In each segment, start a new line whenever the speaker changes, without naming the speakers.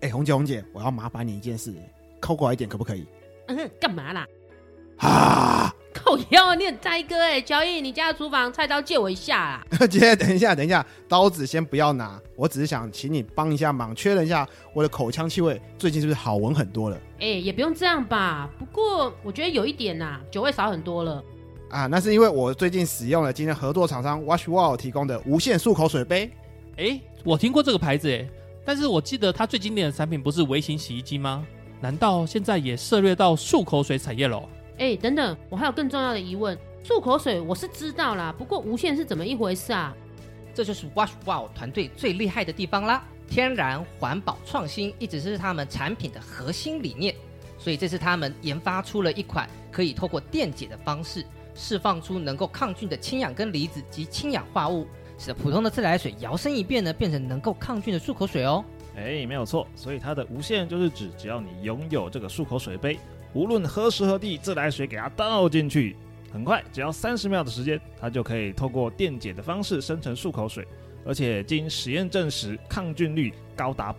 红姐，我要麻烦你一件事，靠过来一点可不可以？
干嘛啦？
啊！
靠腰，你很呆哥乔伊，你家的厨房菜刀借我一下啦。
姐，等一下，刀子先不要拿，我只是想请你帮一下忙，确认一下我的口腔气味最近是不是好闻很多了？
也不用这样吧。不过我觉得有一点啊，酒味少很多了。
啊，那是因为我最近使用了今天合作厂商 Washwall 提供的无线漱口水杯。
我听过这个牌子但是我记得它最经典的产品不是微型洗衣机吗？难道现在也涉猎到漱口水产业了？
等等，我还有更重要的疑问。漱口水我是知道啦，不过无线是怎么一回事啊？
这就是 Washwall 团队最厉害的地方啦！天然、环保、创新一直是他们产品的核心理念，所以这次他们研发出了一款可以透过电解的方式释放出能够抗菌的氢氧根离子及氢氧化物，使得普通的自来水摇身一变呢，变成能够抗菌的漱口水哦。
没有错，所以它的无线就是指只要你拥有这个漱口水杯，无论何时何地，自来水给它倒进去，很快只要30秒的时间，它就可以透过电解的方式生成漱口水，而且经实验证实，抗菌率高达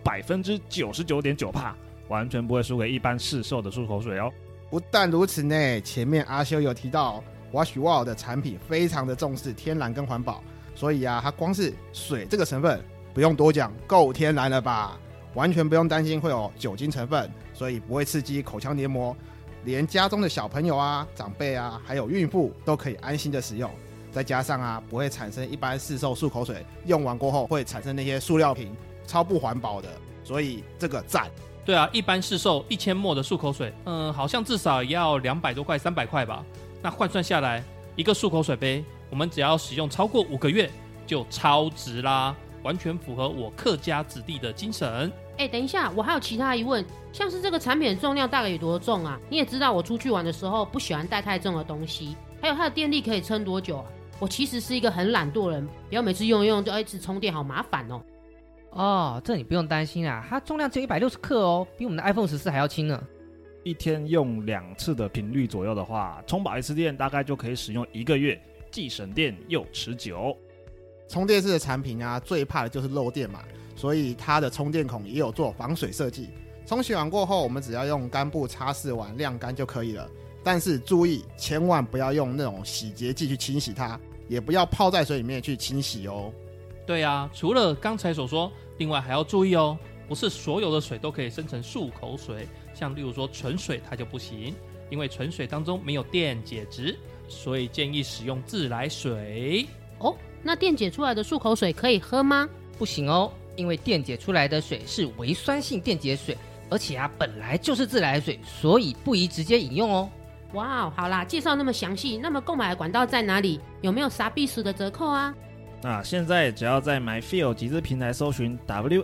99.9%，完全不会输给一般市售的漱口水哦。
不但如此呢，前面阿修有提到 Washwall 的产品非常的重视天然跟环保，所以它光是水这个成分不用多讲，够天然了吧？完全不用担心会有酒精成分，所以不会刺激口腔黏膜，连家中的小朋友啊、长辈啊，还有孕妇都可以安心的使用。再加上不会产生一般市售漱口水用完过后会产生那些塑料瓶，超不环保的，所以这个赞。
对啊，一般市售1000ml的漱口水，好像至少也要200多块、300块吧。那换算下来，一个漱口水杯，我们只要使用超过5个月，就超值啦，完全符合我客家子弟的精神。
等一下，我还有其他疑问，像是这个产品的重量大概有多重啊？你也知道我出去玩的时候不喜欢带太重的东西，还有它的电力可以撑多久啊？我其实是一个很懒惰人，不要每次用一用就要一直充电，好麻烦哦。
这你不用担心啊，它重量只有160克哦，比我们的 iPhone 14还要轻呢。
一天用2次的频率左右的话，充饱一次电大概就可以使用1个月，既省电又持久。
充电式的产品最怕的就是漏电嘛，所以它的充电孔也有做防水设计。冲洗完过后，我们只要用干布擦拭完晾干就可以了。但是注意，千万不要用那种洗洁剂去清洗它，也不要泡在水里面去清洗哦。
对啊，除了刚才所说，另外还要注意哦，不是所有的水都可以生成漱口水，像例如说纯水它就不行，因为纯水当中没有电解质，所以建议使用自来水。
那电解出来的漱口水可以喝吗？
不行哦，因为电解出来的水是微酸性电解水，而且本来就是自来水，所以不宜直接饮用哦。
哇，好啦，介绍那么详细，那么购买的管道在哪里？有没有啥必须的折扣啊？
那现在只要在 MyFeel 集资平台搜寻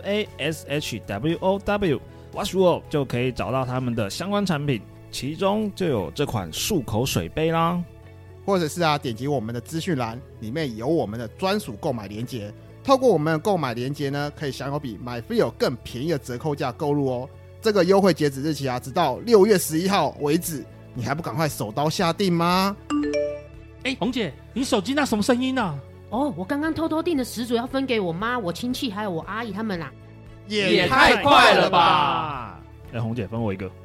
WASHWOW Washwall 就可以找到他们的相关产品，其中就有这款漱口水杯啦。
或者是点击我们的资讯栏，里面有我们的专属购买连结，透过我们的购买连结呢，可以享有比 MyFeel 更便宜的折扣价购入哦。这个优惠截止日期直到6月11号为止，你还不赶快手刀下定吗？
红姐，你手机那什么声音啊？
我刚刚偷偷订的10组要分给我妈、我亲戚还有我阿姨他们啦。
也太快了吧！
红姐分我一个。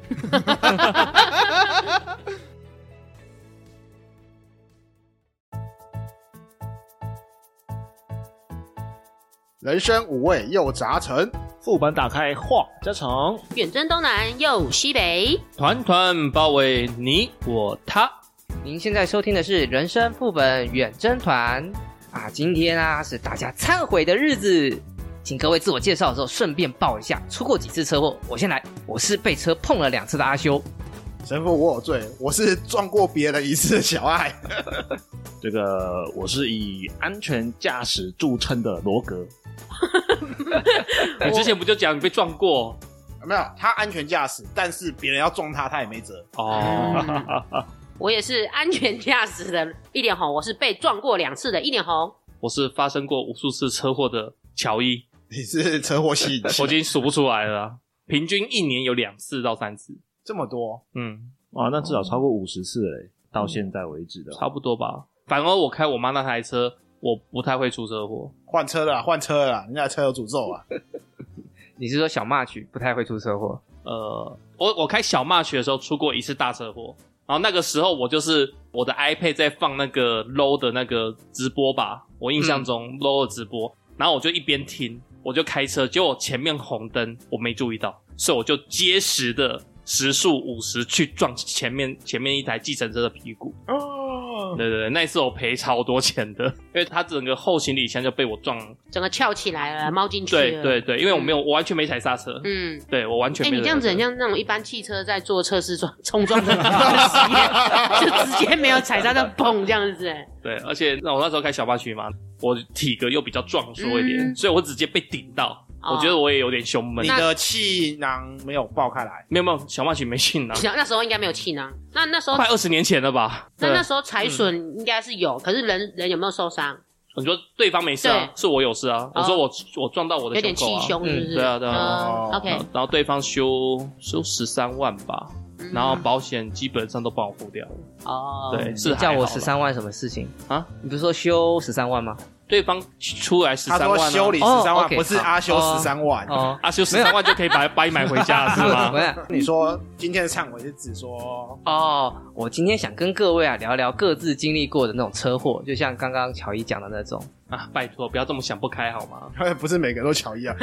人生五味又杂陈，
副本打开话家常，
远征东南又西北，
团团包围你我他。
您现在收听的是人生副本远征团今天是大家忏悔的日子，请各位自我介绍的时候顺便报一下出过几次车祸。我先来，我是被车碰了2次的阿修。
神父我有罪，我是撞过别人1次的小爱。
这个我是以安全驾驶著称的罗格。
你之前不就讲你被撞过？
没有，他安全驾驶，但是别人要撞他也没辙。
我也是安全驾驶的一脸红，我是被撞过2次的一脸红。
我是发生过无数次车祸的乔伊。
你是车祸系
我已经数不出来了，平均1年有2次到3次。
这么多？
哇，那至少超过50次嘞，到现在为止的。
差不多吧。反而我开我妈那台车，我不太会出车祸。
换车了啦，人家的车有诅咒啊。
你是说小骂曲不太会出车祸？
我开小骂曲的时候出过一次大车祸，然后那个时候我就是我的 iPad 在放那个 low 的那个直播吧，我印象中 low 的直播，然后我就一边听，我就开车，结果前面红灯我没注意到，所以我就结实的时速50去撞前面一台计程车的屁股。对对对，那一次我赔超多钱的，因为它整个后行李箱就被我撞，
整个翘起来了，猫进去了。
对对对，因为我完全没踩刹车。对我完全没。
你这样子很像那种一般汽车在做测试冲撞的实验，就直接没有踩刹车，砰这样子。
对，而且我那时候开小巴区嘛，我体格又比较壮硕一点，所以我直接被顶到。我觉得我也有点胸闷。
你的气囊没有爆开来？
没有，小马曲没气囊。
那时候应该没有气囊。那时候
快20年前了吧？
那时候财损应该是有，可是人有没有受伤？
你说对方没事啊，是我有事啊。我说我撞到我的胸口啊，
有点气胸是不是？
对啊。
OK。
然后对方修13万吧，然后保险基本上都帮我付掉了。对，是
叫我13万什么事情啊？你不是说修13万吗？
对方出来13万、啊，
他说修理13万，不是阿修13万。
阿修13万就可以把你买回家是吗？
你说今天的忏悔是指说
我今天想跟各位聊聊各自经历过的那种车祸，就像刚刚乔伊讲的那种
啊，拜托不要这么想不开好吗？
不是每个都乔伊啊。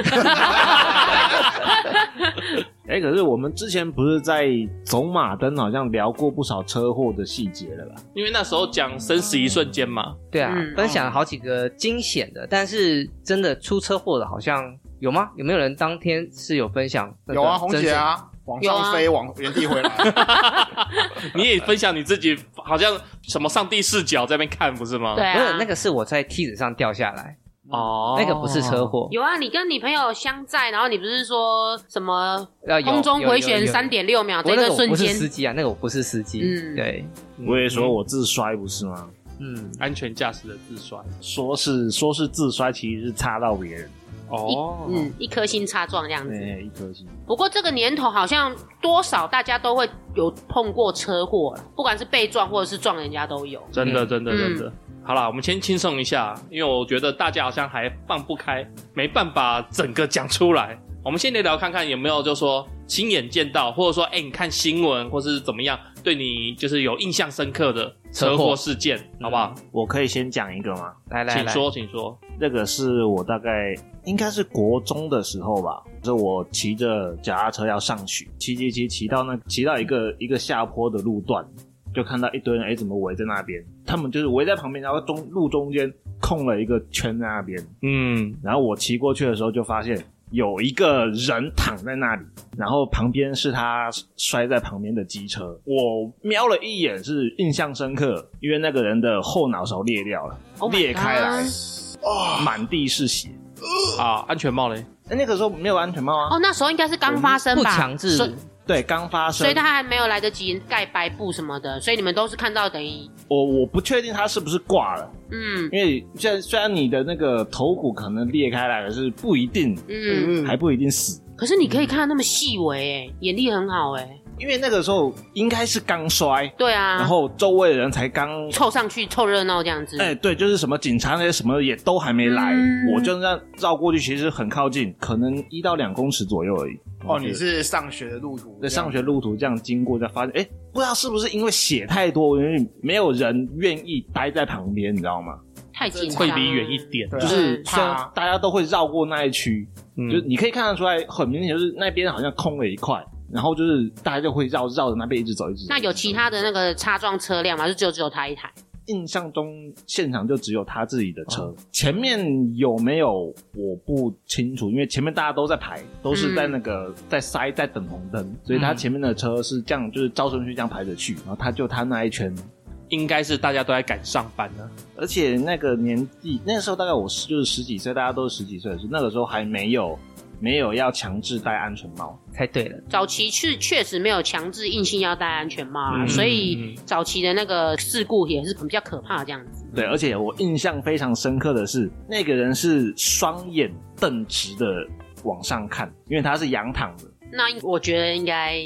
可是我们之前不是在走马灯好像聊过不少车祸的细节了吧？
因为那时候讲生死一瞬间嘛。
对啊，分享了好几个惊险的，但是真的出车祸的好像有吗？有没有人当天是有分享？
有啊，红姐啊，往上飞，往原地回来。
你也分享你自己好像什么上帝视角在那边看不是吗？
对啊，
不是，那个是我在梯子上掉下来。那个不是车祸。
有啊，你跟你朋友相载，然后你不是说什么空中回旋3.6秒这个瞬间？
我不是司机啊，那个我不是司机。对，
我也说我自摔不是吗？
安全驾驶的自摔，
说是自摔，其实是擦到别人。
一颗星擦撞这样子。
对，一颗星。
不过这个年头好像多少大家都会有碰过车祸了，不管是被撞或者是撞人家都有。
真的。好啦，我们先轻松一下，因为我觉得大家好像还放不开，没办法整个讲出来。我们先聊聊看看有没有就说亲眼见到，或者说你看新闻或是怎么样，对你就是有印象深刻的车祸事件，好不好？
我可以先讲一个吗？
来，
请说。
那个是我大概应该是国中的时候吧，就是我骑着脚踏车要上学，骑到一个下坡的路段，就看到一堆人怎么围在那边，他们就是围在旁边，然后路中间空了一个圈在那边。然后我骑过去的时候就发现有一个人躺在那里，然后旁边是他摔在旁边的机车。我瞄了一眼是印象深刻，因为那个人的后脑勺裂掉了，裂开来，满地是血。
安全帽嘞？
那个时候没有安全帽啊。
那时候应该是刚发生吧？
不强制。
对，刚发生，
所以他还没有来得及盖白布什么的，所以你们都是看到等于
我不确定他是不是挂了，因为虽然你的那个头骨可能裂开来，可是不一定，还不一定死。
可是你可以看到那么细微，眼力很好
因为那个时候应该是刚摔，
对啊，
然后周围的人才刚
凑上去凑热闹这样子。
对，就是什么警察那些什么也都还没来，我就这样绕过去，其实很靠近，可能1到2公尺左右而已。
你是上学的路途？
对，上学路途这样经过，才发现，不知道是不是因为血太多，因为没有人愿意待在旁边，你知道吗？
太紧张，
会离远一点，
就是虽然大家都会绕过那一区，就是你可以看得出来，很明显就是那边好像空了一块。然后就是大家就会绕着那边一直走。
那有其他的那个擦撞车辆吗？就只有他一台？
印象中现场就只有他自己的车，前面有没有我不清楚，因为前面大家都在排，都是在那个在塞在等红灯，所以他前面的车是这样，就是照顺序这样排着去，然后他那一圈
应该是大家都在赶上班呢。
而且那个年纪，那个时候大概我就是10几岁，大家都是10几岁的时候，那个时候还没有要强制戴安全帽，
猜对了。
早期确实没有强制硬性要戴安全帽所以早期的那个事故也是比较可怕这样子。
对，而且我印象非常深刻的是，那个人是双眼瞪直的往上看，因为他是仰躺的。
那我觉得应该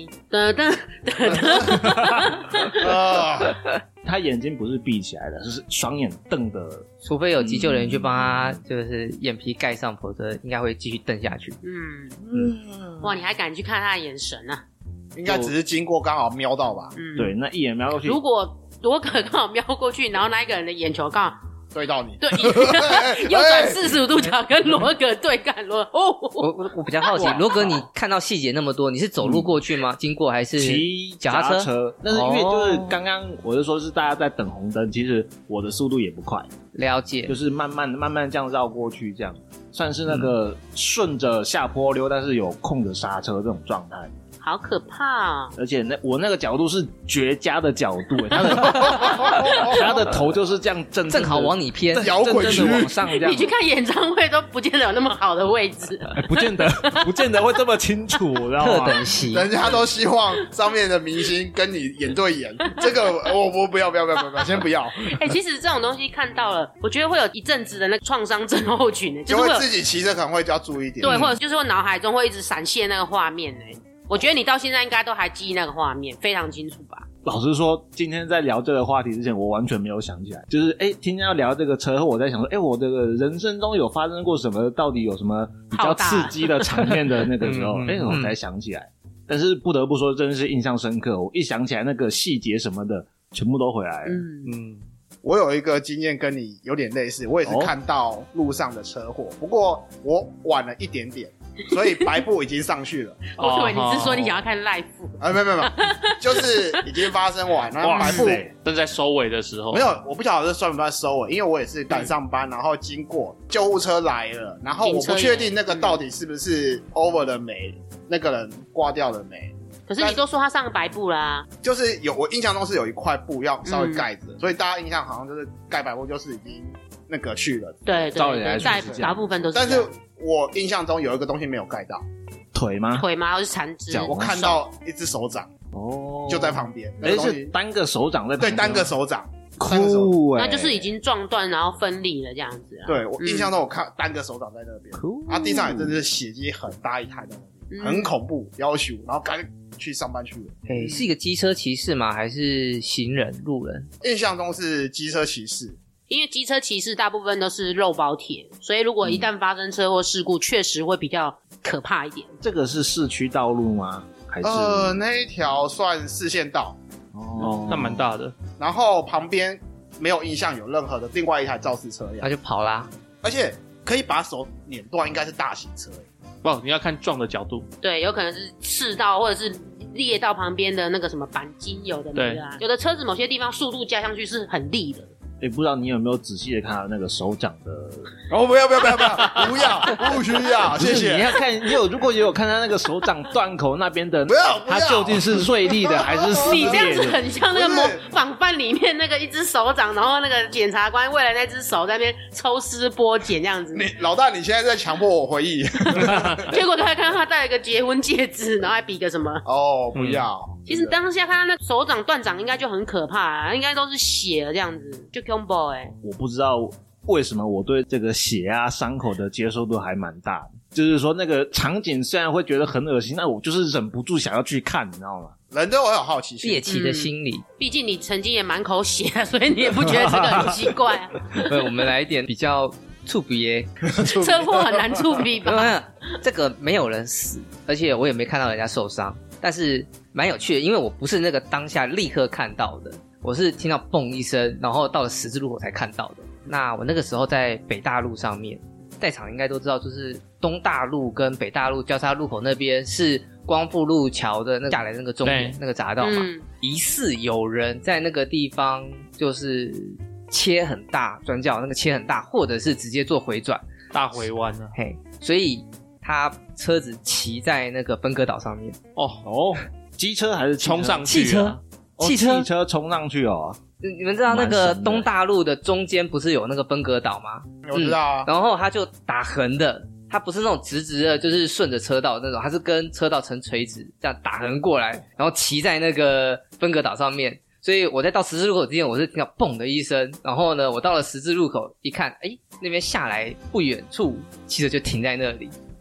他眼睛不是闭起来的，是双眼瞪的。
除非有急救人员去帮他，就是眼皮盖上，否则应该会继续瞪下去。
哇，你还敢去看他的眼神啊？
应该只是经过刚好瞄到吧？
对，那一眼瞄过去。
如果罗可刚好瞄过去，然后那一个人的眼球刚好
对到你，
对，右转45度角跟罗格对干，
我比较好奇，罗格你看到细节那么多，你是走路过去吗？经过还是
骑
脚踏车？
但是因为就是刚刚我就说是大家在等红灯，其实我的速度也不快，
了解，
就是慢慢这样绕过去，这样算是那个顺着下坡溜，但是有空着刹车这种状态。
好可怕哦！
而且我那个角度是绝佳的角度，他的头就是这样正
好往你偏，
摇滚
区往上这样。
你去看演唱会都不见得有那么好的位置，
不见得会这么清楚，知道吗？
特等席，
人家都希望上面的明星跟你眼对眼，这个我不要，先不要。
其实这种东西看到了，我觉得会有一阵子的那个创伤症候群，
就会自己骑车可能会要注意一点，
对，或者就是我脑海中会一直闪现那个画面我觉得你到现在应该都还记忆那个画面非常清楚吧。
老实说，今天在聊这个话题之前，我完全没有想起来。就是今天要聊这个车祸，我在想说，我这个人生中有发生过什么？到底有什么比较刺激的场面的那个时候，我才想起来。但是不得不说，真的是印象深刻。我一想起来那个细节什么的，全部都回来了。
我有一个经验跟你有点类似，我也是看到路上的车祸，不过我晚了一点点。所以白布已经上去了。
我以为你是说你想要看 live
没有，就是已经发生完，然后白布
正在收尾的时候。
没有，我不晓得这算不算收尾，因为我也是赶上班，然后经过救护车来了，然后我不确定那个到底是不是 over 了没，那个人挂掉了没。
可是你都说他上白布啦，
就是我印象中是有一块布要稍微盖着，所以大家印象好像就是盖白布就是已经那个去了。
对，大部分都是。
但是我印象中有一个东西没有盖到，
腿吗？
或是残肢？
我看到一只手掌，就在旁边。
是单个手掌在旁边？
对，单个手掌。
酷
那就是已经撞断然后分离了这样子。
对，我印象中我看单个手掌在那边，地上也真的是血迹很大一滩在那边，很恐怖，要求，然后赶紧去上班去了。
是一个机车骑士吗？还是行人路人？
印象中是机车骑士。
因为机车骑士大部分都是肉包铁，所以如果一旦发生车祸事故，确实会比较可怕一点。
这个是市区道路吗？还是
那一条算市县道。
那蛮大的。
然后旁边没有印象有任何的另外一台肇事车
那就跑啦。
而且可以把手碾断，应该是大型车。
不，你要看撞的角度。
对，有可能是刺到或者是裂到旁边的那个什么钣金，有的没的有的车子某些地方速度加上去是很利的。
不知道你有没有仔细的看到那个手掌的？
不要，不需要，谢谢。
你要看，如果有看到那个手掌断口那边的，
不要，
它究竟是锐利的还是撕裂的？
你这样子很像那个模仿犯里面那个一只手掌，然后那个检察官为了那只手在那边抽丝剥茧这样子。
老大，你现在在强迫我回忆。
结果他看到他戴了一个结婚戒指，然后还比个什么？
不要。
其实当下看到那手掌断掌，应该就很可怕应该都是血了这样子，就 combo
我不知道为什么我对这个血伤口的接受度还蛮大的，就是说那个场景虽然会觉得很恶心，但我就是忍不住想要去看，你知道吗？
人都会有好奇心，
猎奇的心理。
毕竟你曾经也满口血所以你也不觉得这个很奇怪
我们来一点比较触鼻耶，
车祸很难触鼻吧？
这个没有人死，而且我也没看到人家受伤，但是蛮有趣的，因为我不是那个当下立刻看到的，我是听到蹦一声，然后到了十字路口才看到的。那我那个时候在北大路上面，在场应该都知道，就是东大路跟北大路交叉路口那边是光复路桥的那下来的那个中间那个匝道嘛，疑似有人在那个地方就是切很大，转角那个切很大，或者是直接做回转
大回弯啊。
所以他车子骑在那个分隔岛上面。
机车还是
冲上去？
汽
车冲上去
你们知道那个东大路的中间不是有那个分隔岛吗？
我知道啊。
然后他就打横的，他不是那种直直的，就是顺着车道那种，他是跟车道成垂直这样打横过来，然后骑在那个分隔岛上面。所以我在到十字路口之前，我是听到砰的一声，然后呢，我到了十字路口一看，那边下来不远处汽车就停在那里。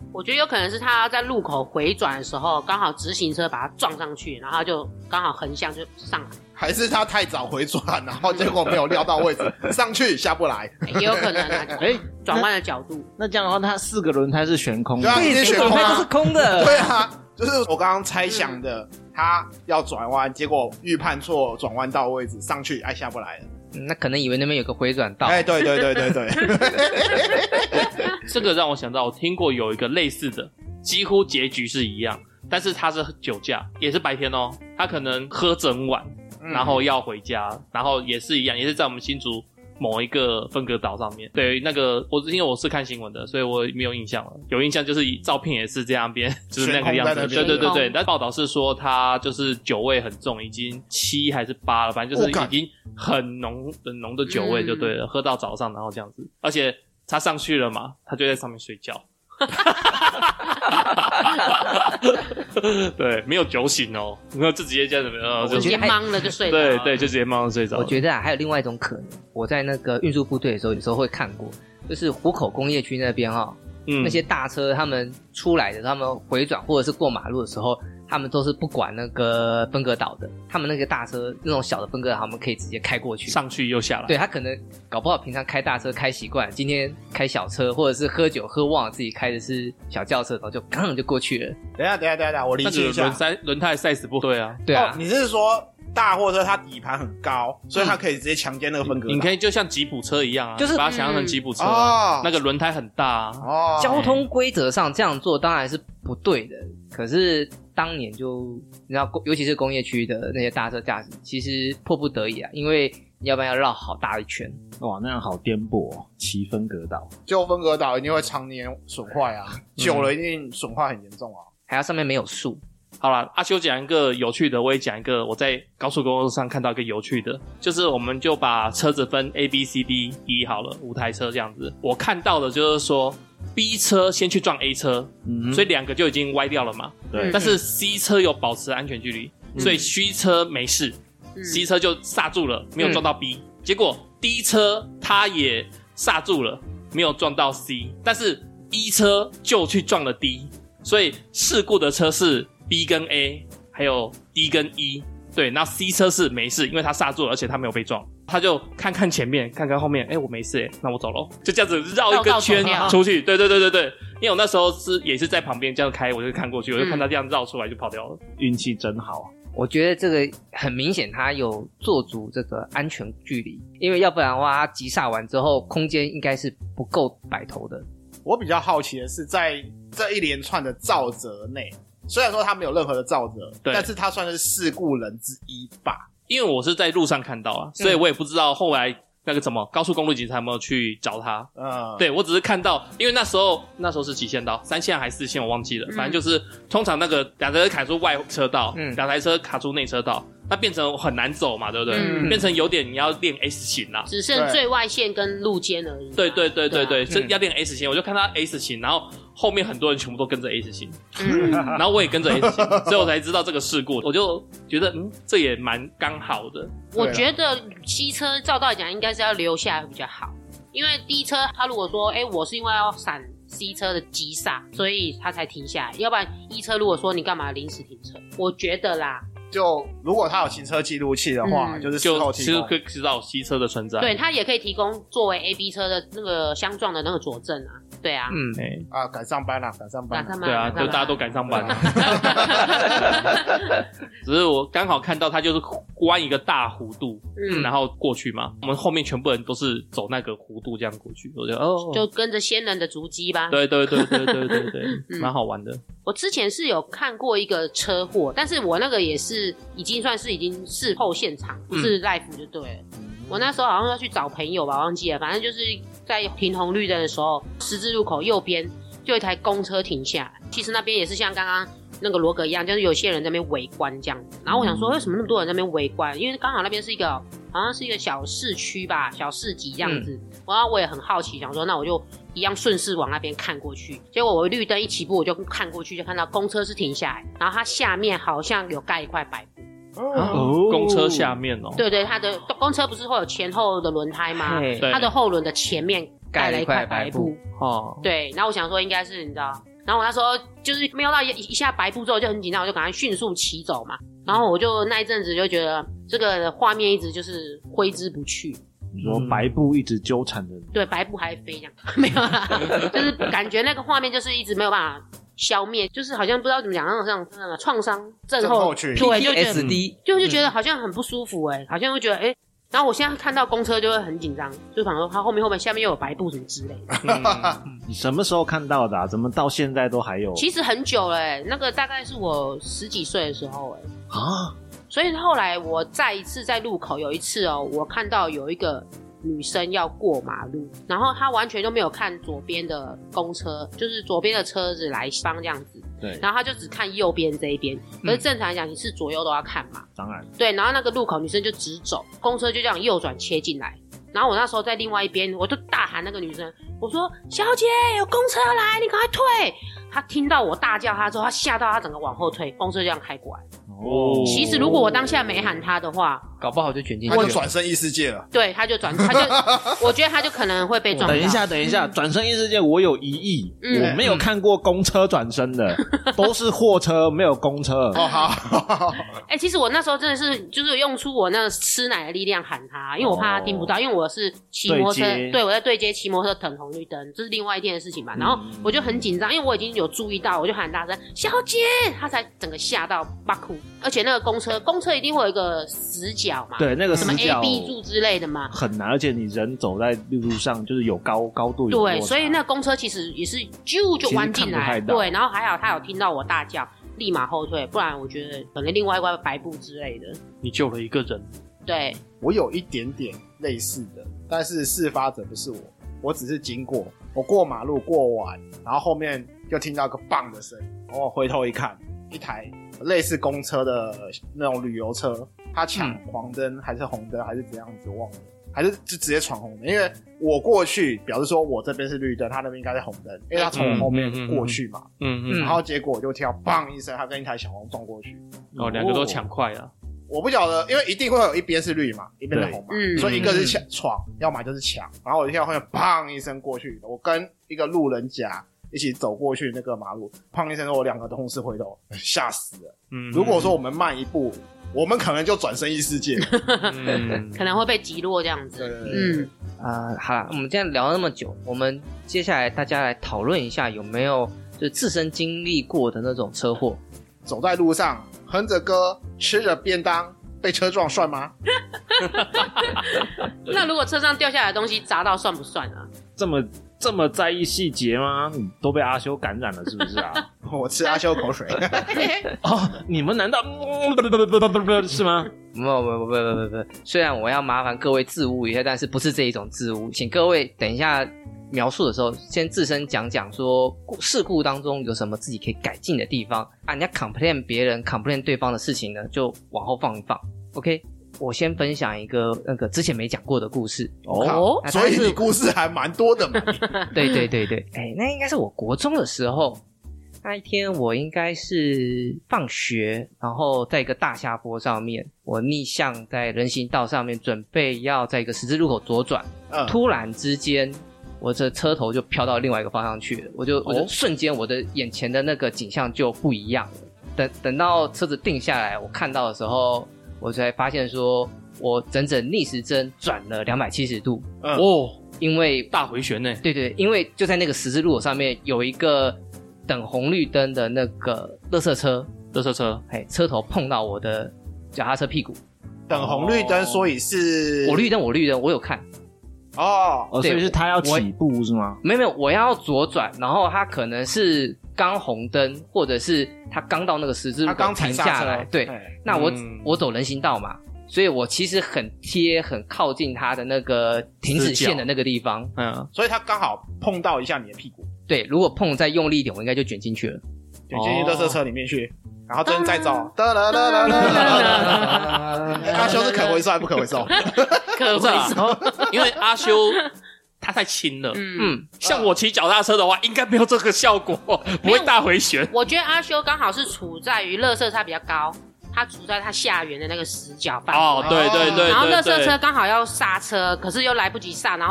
我觉得有可能是他在路口回转的时候，刚好直行车把他撞上去，然后就刚好横向就上来。
还是他太早回转，然后结果没有料到位置，上去下不来，
也有可能啊。转弯的角度。
那这样的话，它4个轮胎是悬空的，
对啊，
4个轮胎都是空的。
对啊，就是我刚刚猜想的，他要转弯，结果预判错转弯到位置，上去下不来了。
那可能以为那边有个回转道。
对。
这个让我想到，我听过有一个类似的，几乎结局是一样，但是他是酒驾，也是白天哦，他可能喝整晚，然后要回家，然后也是一样，也是在我们新竹某一个分隔岛上面。对，那个因为我是看新闻的，所以我没有印象了。有印象就是照片也是这样边，就是那个样子。对。但报道是说他就是酒味很重，已经7还是8了，反正就是已经很浓的酒味就对了，喝到早上然后这样子，而且他上去了嘛，他就在上面睡觉。对，没有酒醒哦，没有就直接这样子，
直接懵了就睡着。
对，就直接懵了睡着。
我觉得还有另外一种可能，我在那个运输部队的时候，有时候会看过，就是湖口工业区那边那些大车他们出来的，他们回转或者是过马路的时候，他们都是不管那个分隔岛的，他们那个大车那种小的分隔岛，他们可以直接开过去，
上去又下来。
对，他可能搞不好平常开大车开习惯，今天开小车，或者是喝酒喝忘了自己开的是小轿车，然后就刚就过去了。
等一下，我理解一下，
轮胎 size 不对啊。
对啊，
你是说大货车它底盘很高，所以它可以直接强奸那个分隔岛？
你可以就像吉普车一样啊，就是把它想象成吉普车那个轮胎很大啊。
交通规则上这样做当然是不对的，可是当年就你知道，尤其是工业区的那些大车驾驶，其实迫不得已啊，因为要不然要绕好大一圈。
哇，那样好颠簸哦，骑分隔岛。
就分隔岛一定会常年损坏啊，久了一定损坏很严重啊。
还有上面没有树。
好啦，阿修讲一个有趣的，我也讲一个我在高速公路上看到一个有趣的，就是我们就把车子分 A、B、C、D、E 好了，5台车这样子。我看到的就是说 B 车先去撞 A 车，所以2个就已经歪掉了嘛。
对。
但是 C 车有保持安全距离，所以 C 车没事，C 车就刹住了，没有撞到 B。结果 D 车它也刹住了，没有撞到 C， 但是 E 车就去撞了 D， 所以事故的车是 B 跟 A， 还有 D 跟 E。对，那 C 车是没事，因为他刹住了，而且他没有被撞，他就看看前面，看看后面，我没事那我走咯，就这样子绕一个圈出去。对，因为我那时候也是在旁边这样开，我就看过去，我就看他这样绕出来就跑掉了，
运气真好。
我觉得这个很明显，他有做足这个安全距离，因为要不然的话，他急刹完之后，空间应该是不够摆头的。
我比较好奇的是，在这一连串的肇责内，虽然说他没有任何的肇责，但是他算是事故人之一吧。
因为我是在路上看到啊，所以我也不知道后来那个什么高速公路警察有没有去找他。对，我只是看到，因为那时候是几线道，3线还是4线我忘记了，反正就是通常那个2台车卡住外车道，2台车卡住内车道，那变成很难走嘛，对不对？变成有点你要练 S 型啦，
只剩最外线跟路肩而已。
对，所以要练 S 型，我就看他 S 型，然后后面很多人全部都跟着 S 型，然后我也跟着 S 型，所以我才知道这个事故，我就觉得这也蛮刚好的。
我觉得机车照道理讲应该是要留下来比较好，因为第一车他如果说我是因为要闪 C 车的急刹，所以他才停下来，要不然一车如果说你干嘛临时停车，我觉得啦，
就如果他有行车记录器的话，就是事后提供，
其实可以知道C 车的存在。
对，他也可以提供作为 A、B 车的那个相撞的那个佐证啊。对啊，
赶上班啦，赶上班。
对啊，就大家都赶上班了。只是我刚好看到他就是弯一个大弧度，然后过去嘛，我们后面全部人都是走那个弧度这样过去，我
就跟着先人的足迹吧。
对，蛮好玩的。
我之前是有看过一个车祸，但是我那个也是已经事后现场，不是 live 就对了。我那时候好像要去找朋友吧，忘记了，反正就是在停红绿灯的时候，十字路口右边就有一台公车停下来。其实那边也是像刚刚那个罗格一样，就是有些人在那边围观这样子。然后我想说，为什么那么多人在那边围观？因为刚好那边是一个好像是一个小市区吧，小市集这样子。然后我也很好奇，想说那我就一样顺势往那边看过去。结果我绿灯一起步，我就看过去，就看到公车是停下来，然后它下面好像有盖一块白布。
公车下面哦，
对，它的公车不是会有前后的轮胎吗？它的后轮的前面盖了一块白布。对，然后我想说应该是你知道然后我那时候就是瞄到一下白布之后就很紧张，我就赶快迅速骑走嘛。然后我就那一阵子就觉得这个画面一直就是挥之不去。
你说白布一直纠缠着你，
对，白布还飞这样，没有啦，就是感觉那个画面就是一直没有办法消灭，就是好像不知道怎么讲，那种创伤症候群，对，就觉得
PTSD，
就觉得好像很不舒服好像会觉得然后我现在看到公车就会很紧张，就想说它后面下面又有白布什么之类的。
你什么时候看到的啊？怎么到现在都还有？
其实很久了那个大概是我10几岁的时候
啊。
所以后来我再一次在路口有一次我看到有一个女生要过马路，然后她完全都没有看左边的公车，就是左边的车子来帮这样子，
对，
然后她就只看右边这一边，可是正常来讲你是左右都要看嘛，
当然，
对，然后那个路口女生就直走，公车就这样右转切进来，然后我那时候在另外一边，我就大喊那个女生，我说小姐有公车要来，你赶快退。她听到我大叫她之后，她吓到她整个往后退，公车这样开过来。其实如果我当下没喊她的话，
搞不好就卷进去了，
他就转身异世界了。
对，他就我觉得他就可能会被撞到。
等一下，转身异世界我有疑义，我没有看过公车转身的，都是货车，没有公车。
好，
其实我那时候真的是就是用出我那个吃奶的力量喊他，因为我怕他听不到，因为我是骑摩托车，对，我在对接骑摩托车等红绿灯，这是另外一天的事情嘛。然后我就很紧张，因为我已经有注意到，我就喊大声小姐，他才整个吓到爆哭。而且那个公车一定会有一个死角嘛，
对，那个
什么
死角
A、B 柱之类的嘛，
很难，而且你人走在路上就是有高度有落差，
对，所以那公车其实也是就弯进来，对，然后还好他有听到我大叫，立马后退，不然我觉得可能另外一块白布之类的。
你救了一个人，
对，
我有一点点类似的，但是事发者不是我只是经过，我过马路过完，然后后面就听到个棒的声，然后我回头一看，一台类似公车的那种旅游车，他抢黄灯还是红灯还是怎样子忘了，还是就直接闯红灯，因为我过去表示说我这边是绿灯，他那边应该是红灯，因为他从我后面过去嘛，然后结果我就听到棒一声，他跟一台小黄撞过去，
两个都抢快了。
我不晓得，因为一定会有一边是绿嘛，一边是红嘛，所以一个是闯，要么就是抢，然后我就听到后面砰一声过去，我跟一个路人甲一起走过去那个马路，砰一声，我两个同事回头，吓死了。如果说我们慢一步，我们可能就转身异世界，
可能会被击落这样子。
好了，我们这样聊了那么久，我们接下来大家来讨论一下有没有就是自身经历过的那种车祸。
走在路上哼着歌吃着便当被车撞算吗？
那如果车上掉下来的东西砸到算不算啊？
这么在意细节吗？你都被阿修感染了是不是啊？
我吃阿修口水。
你们难道是吗？
不，虽然我要麻烦各位自污一下，但是不是这一种自污，请各位等一下描述的时候先自身讲说事故当中有什么自己可以改进的地方啊，人家 complain 别人 complain 对方的事情呢就往后放一放。 OK， 我先分享一个那个之前没讲过的故事
所以你故事还蛮多的嘛。
对，那应该是我国中的时候，那一天我应该是放学，然后在一个大下坡上面，我逆向在人行道上面准备要在一个十字路口左转，突然之间我的车头就飘到另外一个方向去了，我就瞬间我的眼前的那个景象就不一样了。等到车子定下来，我看到的时候，我才发现说我整整逆时针转了270度。因为
大回旋呢。
对，因为就在那个十字路口上面有一个等红绿灯的那个垃圾车，车头碰到我的脚踏车屁股。
等红绿灯，所以是
我绿灯，我有看。
所以是他要起步是吗？
没有，我要左转，然后他可能是刚红灯，或者是他刚到那个十字路口停下来。对，那我走人行道嘛，所以我其实很靠近他的那个停止线的那个地方。
所以他刚好碰到一下你的屁股。
对，如果碰再用力一点，我应该就卷进去了，
卷进去垃圾车里面去。然后真再走，阿修是可回收还不可回收？
可回收，
因为阿修他太轻了。像我骑脚踏车的话，应该没有这个效果，不会大回旋。
我觉得阿修刚好是处在于垃圾车比较高，他处在他下缘的那个死角范围。
对，
然后垃圾车刚好要刹车，可是又来不及刹，然后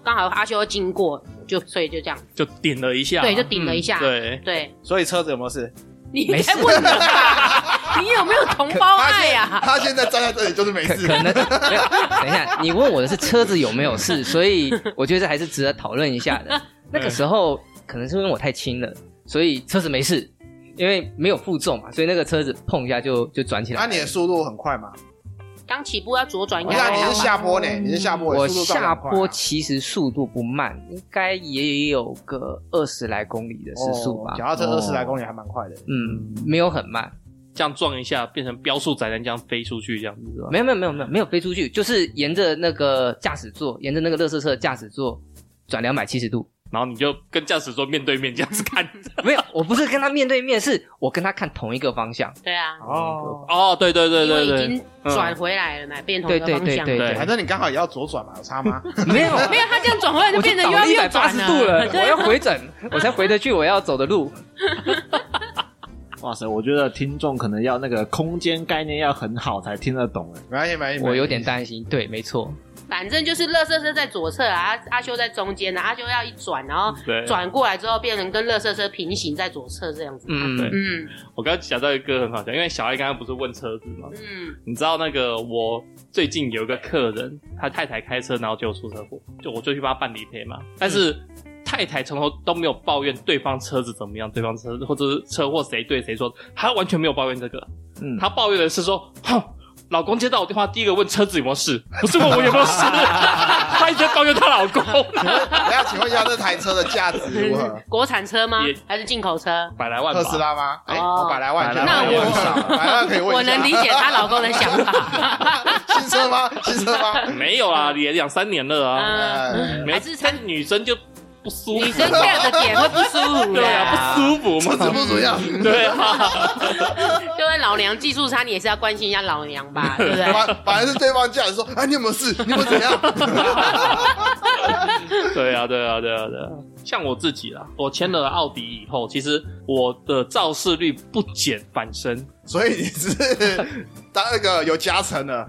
刚好阿修经过，所以就这样，
就顶了一下，
对，就顶了一下，
对，
所以车子有没有事？
你该问了吧？你有没有同胞爱呀？
他现在站在这里就是没事，
可能没有。等一下，你问我的是车子有没有事，所以我觉得这还是值得讨论一下的。那个时候可能是因为我太轻了，所以车子没事，因为没有负重嘛，所以那个车子碰一下就转起来。
那你的速度很快吗？
刚起步要左转，应
你
该
是下坡呢？你是下坡，
我
速度
下坡其实速度不慢，应该也有个20来公里的时速吧。
脚踏车20来公里还蛮快的。
没有很慢。
这样撞一下变成标速宅男这样飞出去这样子是吧？
没有飞出去，就是沿着那个驾驶座，沿着那个垃圾车的驾驶座转270度。
然后你就跟驾驶座面对面这样子看。
没有，我不是跟他面对面，是我跟他看同一个方向。
对啊。
对，
因为已经转回来了嘛，变同一个方向。
对，
反正你刚好也要左转嘛，有差吗？
没有，
他这样转回来就变成又要右转
180度了，我要回转，我才回得去我要走的路。
哇塞，我觉得听众可能要那个空间概念要很好才听得懂
没关系，
我有点担心。对，没错。
反正就是垃圾车在左侧啊，阿修在中间啊，阿修要一转，然后转过来之后变成跟垃圾车平行在左侧这样子。
我刚刚想到一个很好笑，因为小爱刚刚不是问车子吗？你知道那个我最近有一个客人，他太太开车然后就出车祸，我就去帮他办理赔嘛，但是太太从头都没有抱怨对方车子怎么样，对方车子或者是车祸谁对谁错，他完全没有抱怨这个。他抱怨的是说，老公接到我电话第一个问车子有没有事，不是问我有没有事。他一直在抱怨她老公。
请问一下这台车的价值如何？
国产车吗？还是进口车
？100来万吧。
特斯拉吗？100来万，
那
100万可以问一下。
我能理解她老公的想法。
新车吗？
没有啦，也2-3年了啊。
还是
女生就不舒服，
女生这样的点会不舒服。
对啊，不舒服嘛，
车子不主要。
对啊，
就跟老娘技术差，你也是要关心一下老娘吧，对不对？
反而是对方驾驶说：“哎，你有没有事？你有没有怎样？”
对啊。像我自己啦，我签了奥迪以后，其实我的肇事率不减反升，
所以你是当那个有加成了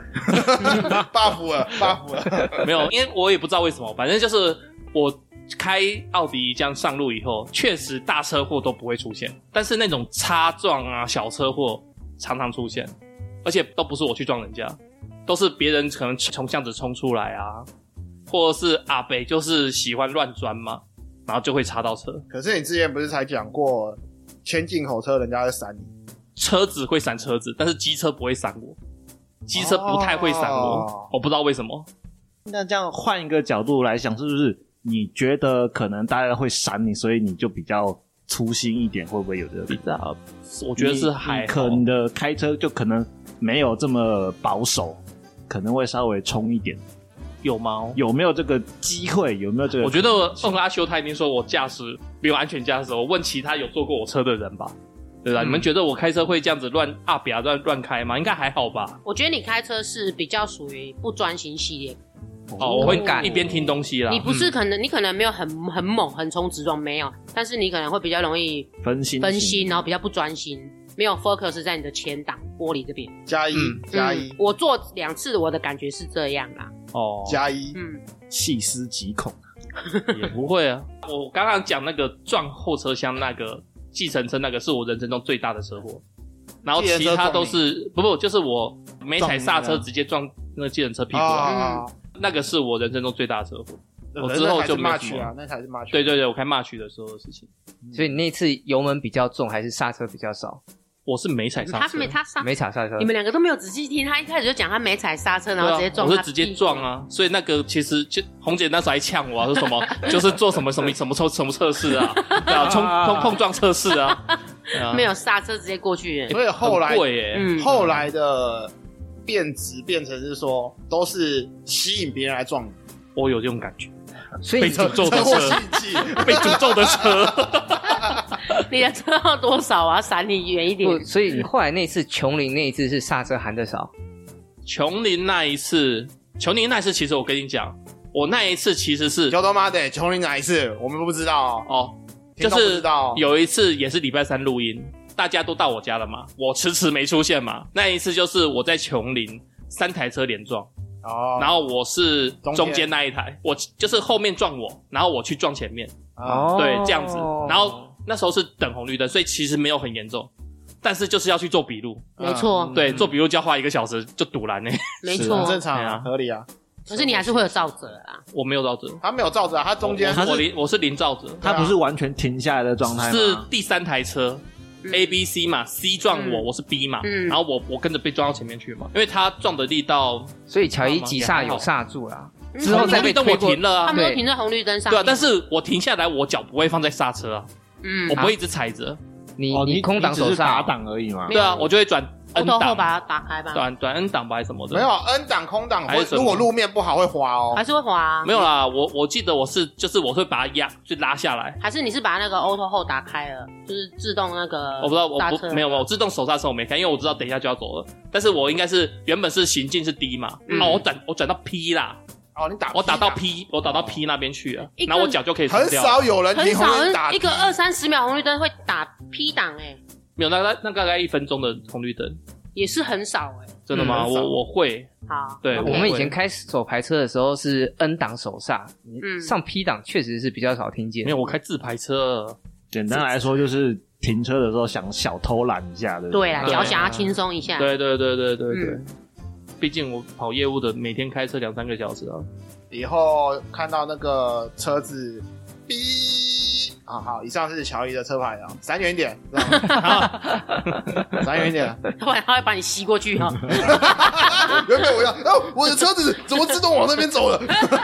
，buff 了。
没有，因为我也不知道为什么，反正就是我开奥迪这样上路以后，确实大车祸都不会出现，但是那种擦撞啊、小车祸常常出现，而且都不是我去撞人家，都是别人可能从巷子冲出来啊，或者是阿北就是喜欢乱钻嘛，然后就会擦到车。
可是你之前不是才讲过，牵进口车人家会闪你，
车子会闪车子，但是机车不会闪我，机车不太会闪我，我不知道为什么。
那这样换一个角度来想，是不是你觉得可能大家会闪你，所以你就比较粗心一点？会不会有这个比较？
我觉得是还好，
可能的开车就可能没有这么保守，可能会稍微冲一点。
有吗？
有没有这个机会？有没有这个？
我觉得问阿修他一定说我驾驶没有安全驾驶，我问其他有坐过我车的人吧，对吧？你们觉得我开车会这样子乱开吗？应该还好吧。
我觉得你开车是比较属于不专心系列。
我会一边听东西啦。
你不是你可能没有很猛横冲直撞，没有，但是你可能会比较容易分心，然后比较不专心，没有 focus 在你的前挡玻璃这边。
加一。
我做2次，我的感觉是这样啦。
加一。
细思极恐。
也不会啊。我刚刚讲那个撞后车厢那个计程车那个是我人生中最大的车祸，然后其他都是不就是我没踩刹车直接撞那个计程车屁股那个是我人生中最大的车祸。我之后就没什么。
那才是March。
对，我开March的时候的事情。
所以你那次油门比较重，还是刹车比较少？
我是没踩刹车。
他
没踩刹车。
你们两个都没有仔细听，他一开始就讲他没踩刹车，然后直接撞。
我是直接撞啊，所以那个其实就红姐那时候还呛我说什么，就是做什么测试啊，对啊，碰撞测试啊，
没有刹车直接过去。
所以后来
后
来的变质变成是说都是吸引别人来撞你。
我有这种感觉。
所以
被诅咒的车，被诅咒的车。
你的车号多少啊？闪你远一点。
所以你后来那次琼林那一次是刹车含的少。
琼林那一次其实我跟你讲，我那一次其实是
叫他妈的琼林哪一次我们都不知道
哦。就是有一次也是礼拜三录音，大家都到我家了嘛，我迟迟没出现嘛。那一次就是我在琼林3台车连撞，
哦，
然后我是中间那一台，我就是后面撞我，然后我去撞前面，
哦，
对，这样子。然后那时候是等红绿灯，所以其实没有很严重，但是就是要去做笔录，
没错，
对，做笔录就要花1个小时，就堵拦呢。
很
没错。
正常啊，
对啊
合理啊。
可是你还是会有照责啦。
我没有照着，
他没有照着啊，他中间
我是零照着，
他不是完全停下来的状态吗？
是第3台车。A、B、C 嘛，C 撞我，我是 B 嘛，然后我跟着被撞到前面去嘛，因为他撞的力道，
所以乔伊急刹有刹住啦，之
红
后再
绿灯我
被推过
停了啊，
他们都停在红绿灯上面。
对啊，但是我停下来，我脚不会放在刹车啊，我不会一直踩着，
你空挡手
只是打
刹，
档而已嘛。
对啊，我就会转 N
后
档，
把它打开吧。
转 N 档吧，还是什么的，
没有 N 档空档，
还是什么
如果路面不好会滑哦。
还是会滑啊。
没有啦，我记得我会把它就拉下来。
还是你是把那个 Auto Hold 打开了，就是自动那个
我不知道，
刹车
没有，我自动手刹车我没开，因为我知道等一下就要走了。但是我应该是原本是行进是 D 嘛，我转到 P 啦，
哦，你
我打到 P 那边去了，然后我脚就可以
很
停掉。
少有人
很
停红
少
绿打
一个20-30秒红绿灯会打 P 档
没有，那大概1分钟的红绿灯，
也是很少
真的吗？我会，
好，
对，
我们以前开手排车的时候是 N 档手刹，上 P 档确实是比较少听见。
没有，我开自排车。
简单来说就是停车的时候想小偷懒一下的。
对啦，脚想要轻松一下。
对。毕竟我跑业务的，每天开车2-3个小时啊。
以后看到那个车子哔啊，好，以上是乔伊的车牌啊，闪远一点，闪远一点，
不然他会把你吸过去哈。
原本我要，我的车子怎么自动往那边走了？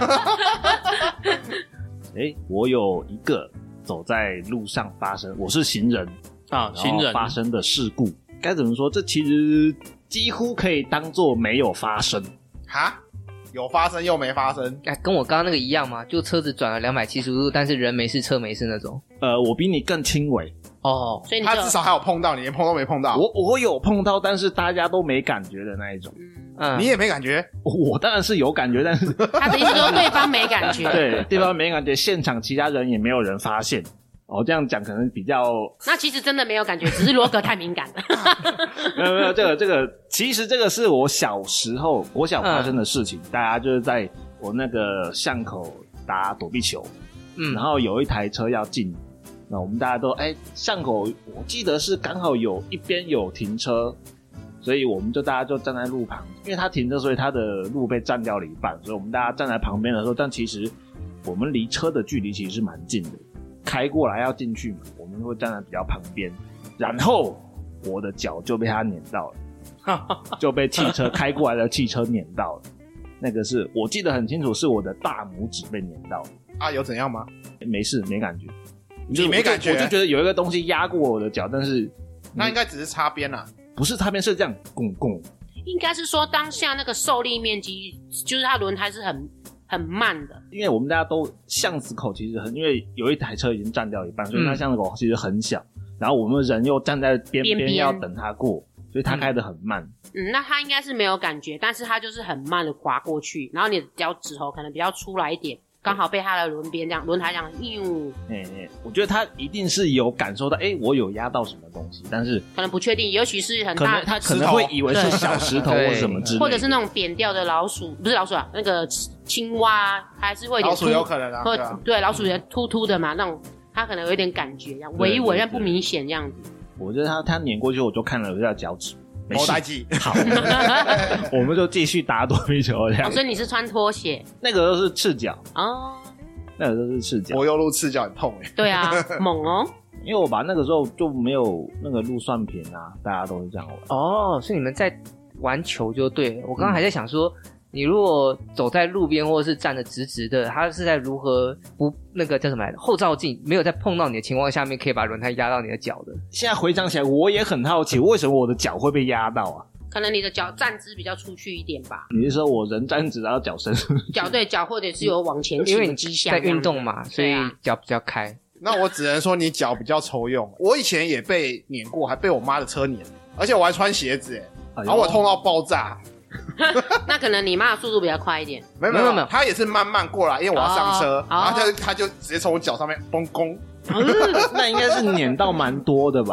我有一个走在路上发生，我是行人
啊，行人
发生的事故，该怎么说？这其实几乎可以当作没有发生。
哈？有发生又没发生？
跟我刚刚那个一样吗？就车子转了270度，但是人没事，车没事那种。
我比你更轻微
哦，
所以
他至少还有碰到，你连碰都没碰到。
我有碰到，但是大家都没感觉的那一种。
你也没感觉？
我当然是有感觉，但是
他的意思说对方没感觉。
对，对方没感觉，现场其他人也没有人发现。这样讲可能比较……
那其实真的没有感觉，只是罗格太敏感了。
没有，这个，其实这个是我小时候国小发生的事情。大家就是在我那个巷口打躲避球，然后有一台车要进，那我们大家都巷口，我记得是刚好有一边有停车，所以我们大家就站在路旁，因为他停车，所以他的路被占掉了一半，所以我们大家站在旁边的时候，但其实我们离车的距离其实是蛮近的。开过来要进去嘛，我们会站在比较旁边，然后我的脚就被他碾到了，就被开过来的汽车碾到了。那个是我记得很清楚，是我的大拇指被碾到了。
啊，有怎样吗？
没事，没感觉。
你没感觉？
我就觉得有一个东西压过我的脚，但是
那应该只是擦边啦，
不是擦边，是这样拱。
应该是说当下那个受力面积，就是它轮胎是很慢的，
因为我们大家都巷子口其实因为有一台车已经占掉一半，所以那巷子口其实很小，然后我们人又站在边边要等他过，所以他开得很慢。
那他应该是没有感觉，但是他就是很慢的滑过去，然后你的脚趾头可能比较出来一点，刚好被他的轮胎这样
我觉得他一定是有感受到，我有压到什么东西，但是
可能不确定，尤其是很大，
他可能会以为是小石头或什么之类的，
或者是那种扁掉的老鼠，不是老鼠啊，那个青蛙还是会有点
老鼠有可能啊，
对，老鼠也凸凸的嘛，那种他可能有一点感觉，这样微微但不明显这样子。
我觉得他碾过去，我就看了一下脚趾。没事，好，我们就继续打躲避球这样。
所以你是穿拖鞋？
那个都是赤脚
哦，
那个都是赤脚。
柏油路赤脚很痛
对啊，猛哦。
因为我把那个时候就没有那个路算平啊，大家都是这样玩。
哦，所以你们在玩球就对了。我刚刚还在想说，你如果走在路边或者是站得直直的，他是在如何不那个叫什么来着？后照镜没有在碰到你的情况下面，可以把轮胎压到你的脚的。
现在回想起来，我也很好奇，为什么我的脚会被压到啊？
可能你的脚站姿比较出去一点吧。
你是说我人站直，然后脚伸？
脚或者是有往前倾的迹象，
在运动嘛，所以脚比较开。
那我只能说你脚比较抽用。我以前也被碾过，还被我妈的车碾，而且我还穿鞋子然后我痛到爆炸。
那可能你妈的速度比较快一点。
没有，他也是慢慢过来，因为我要上车，然后他就直接从我脚上面崩弓。
那应该是碾到蛮多的吧？
就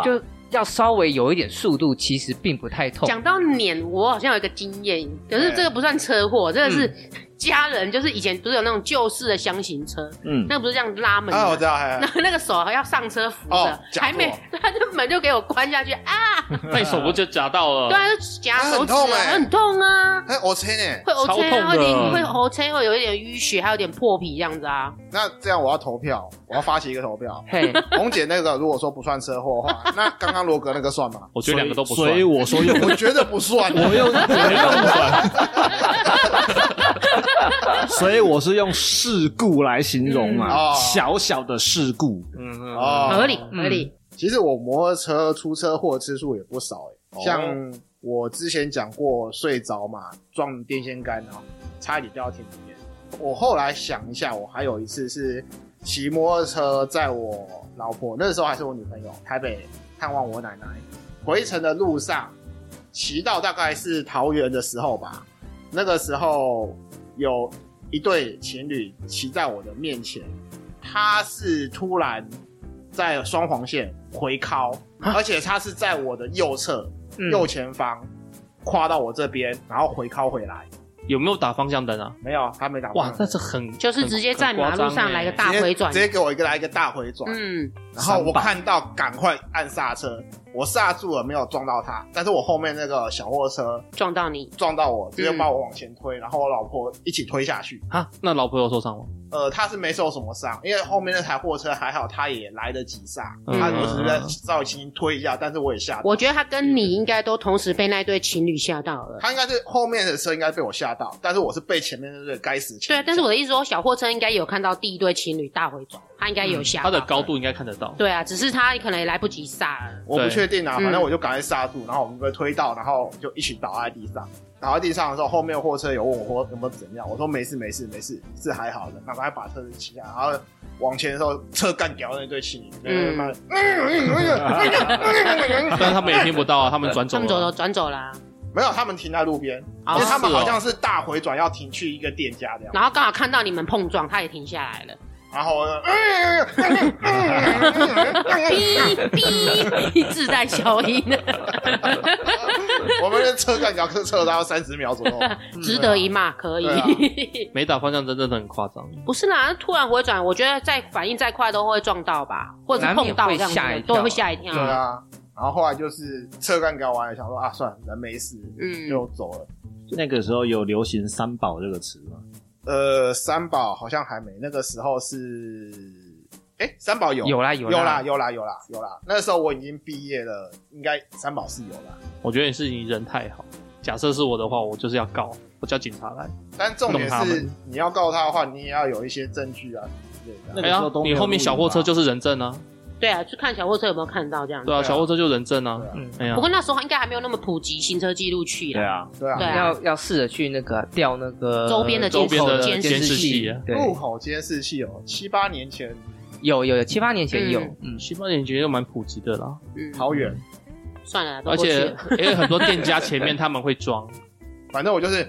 要稍微有一点速度，其实并不太痛。
讲到碾，我好像有一个经验，可是这个不算车祸，这个是家人，就是以前不是有那种旧式的箱型车，那不是这样拉门吗？
我知道，
那个手还要上车扶着，还没，他的门就给我关下去啊！
那你手不就夹到了？
对啊，就夹手指啊，很痛啊！
我切呢，
会
超痛的，
会喉切，会有一点淤血，还有点破皮这样子啊。
那这样我要投票，我要发起一个投票。红姐那个如果说不算车祸的话，那刚刚罗格那个算吗？
我觉得两个都不算，
所以我说用，
我觉得不算，
我用不算。所以我是用事故来形容嘛，小小的事故，
合理合理。
其实我摩托车出车祸次数也不少像我之前讲过睡着嘛，撞电线杆啊，差一点掉到田里面。我后来想一下，我还有一次是骑摩托车载我老婆，那时候还是我女朋友，台北探望我奶奶，回程的路上骑到大概是桃园的时候吧，那个时候有一对情侣骑在我的面前，他是突然在双黄线回靠，而且他是在我的右侧、右前方跨到我这边，然后回靠回来。
有没有打方向灯啊？
没有，他没打方向灯。
哇，那是很
就是直接在马路上来个大回转，
直接给我来一个大回转。然后我看到赶快按刹车，我刹住了，没有撞到他，但是我后面那个小货车
撞到你，
撞到我，直接把我往前推，然后我老婆一起推下去。
那老婆有受伤吗？
他是没受什么伤，因为后面那台货车还好，他也来得及刹，他我只是稍微轻轻推一下，但是我也吓到。
我觉得他跟你应该都同时被那对情侣吓到了。
他应该是后面的车应该被我吓到，但是我是被前面那对该死情侣。
对，但是我的意思说，小货车应该有看到第一对情侣大回转，他应该有吓到。
他的高度应该看得到。
对啊，只是他可能也来不及刹了。
我不确定啊，反正我就赶快刹住，然后我们被推到，然后就一起倒在地上。倒在地上的时候，后面货车有问我有没有怎样，我说没事，是还好的，赶快把车子骑下来，然后往前的时候车干掉那对情侣，
但是他们也听不到啊，他们转走了，
转走了。
没有，他们停在路边，因为他们好像是大回转要停去一个店家这样，
然后刚好看到你们碰撞，他也停下来了。
然后
哔自带消音
我们的车干掉车大概30秒左右，
值得一骂，可以。
没打方向真的很夸张。
不是啦，突然回转，我觉得再反应再快都会撞到吧，或者碰到这样子都会吓一跳。
对啊，然后后来就是车干掉完了，想说想算了，人没事，就走了。
那个时候有流行三宝这个词吗？
三宝好像还没，那个时候是，三宝有
啦。
那时候我已经毕业了，应该三宝是有啦。
我觉得你人太好，假设是我的话，我就是要告，我叫警察来。
但重点是你要告他的话，你也要有一些证据啊之类的。
那个时候都没有
你后面小货车就是人证啊。
对啊，去看小货车有没有看到这样子。
对啊，小货车就人证啊。
不过那时候应该还没有那么普及行车记录器啦。
对啊，
要试着去那个调那个
周边的监视器。
路口监视器7、8年前
有7、8年前有
，7、8年前就蛮普及的啦。
桃园
算了，
而且因为很多店家前面他们会装。
反正我就是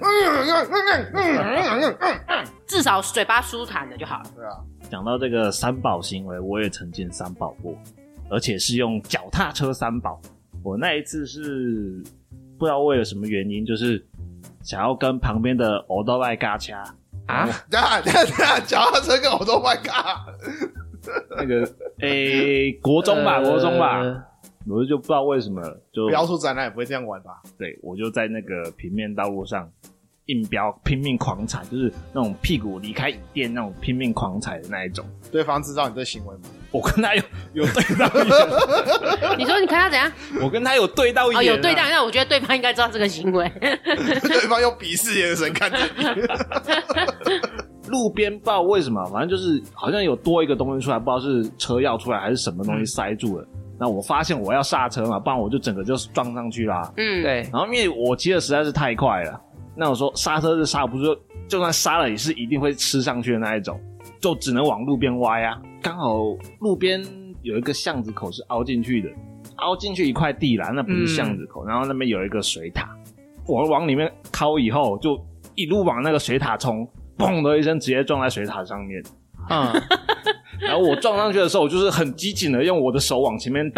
至少嘴巴舒坦的就好了。
对啊，
讲到这个三宝行为，我也曾经三宝过，而且是用脚踏车三宝。我那一次是不知道为了什么原因，就是想要跟旁边的欧多拜嘎掐
啊！
等下，脚踏车跟欧多拜嘎，
那个国中吧，我就不知道为什么就
标速展览也不会这样玩吧？
对，我就在那个平面道路上硬飙，拼命狂踩，就是那种屁股离开椅垫那种拼命狂踩的那一种。
对方知道你这行为吗？
我跟他有对到眼。
你说你看他怎样？
我跟他有对到眼。
有对到，那我觉得对方应该知道这个行为。
对方用鄙视眼神看着你。
路边不知道为什么，反正就是好像有多一个东西出来，不知道是车要出来还是什么东西塞住了。那我发现我要刹车嘛，不然我就整个就撞上去啦。
对。
然后因为我骑的实在是太快了，那我说刹车是刹不住，就算刹了也是一定会吃上去的那一种，就只能往路边歪啊。刚好路边有一个巷子口是凹进去的，凹进去一块地啦，那不是巷子口，然后那边有一个水塔，我往里面靠以后就一路往那个水塔冲，砰的一声直接撞在水塔上面。然后我撞上去的时候，我就是很机警的用我的手往前面挡，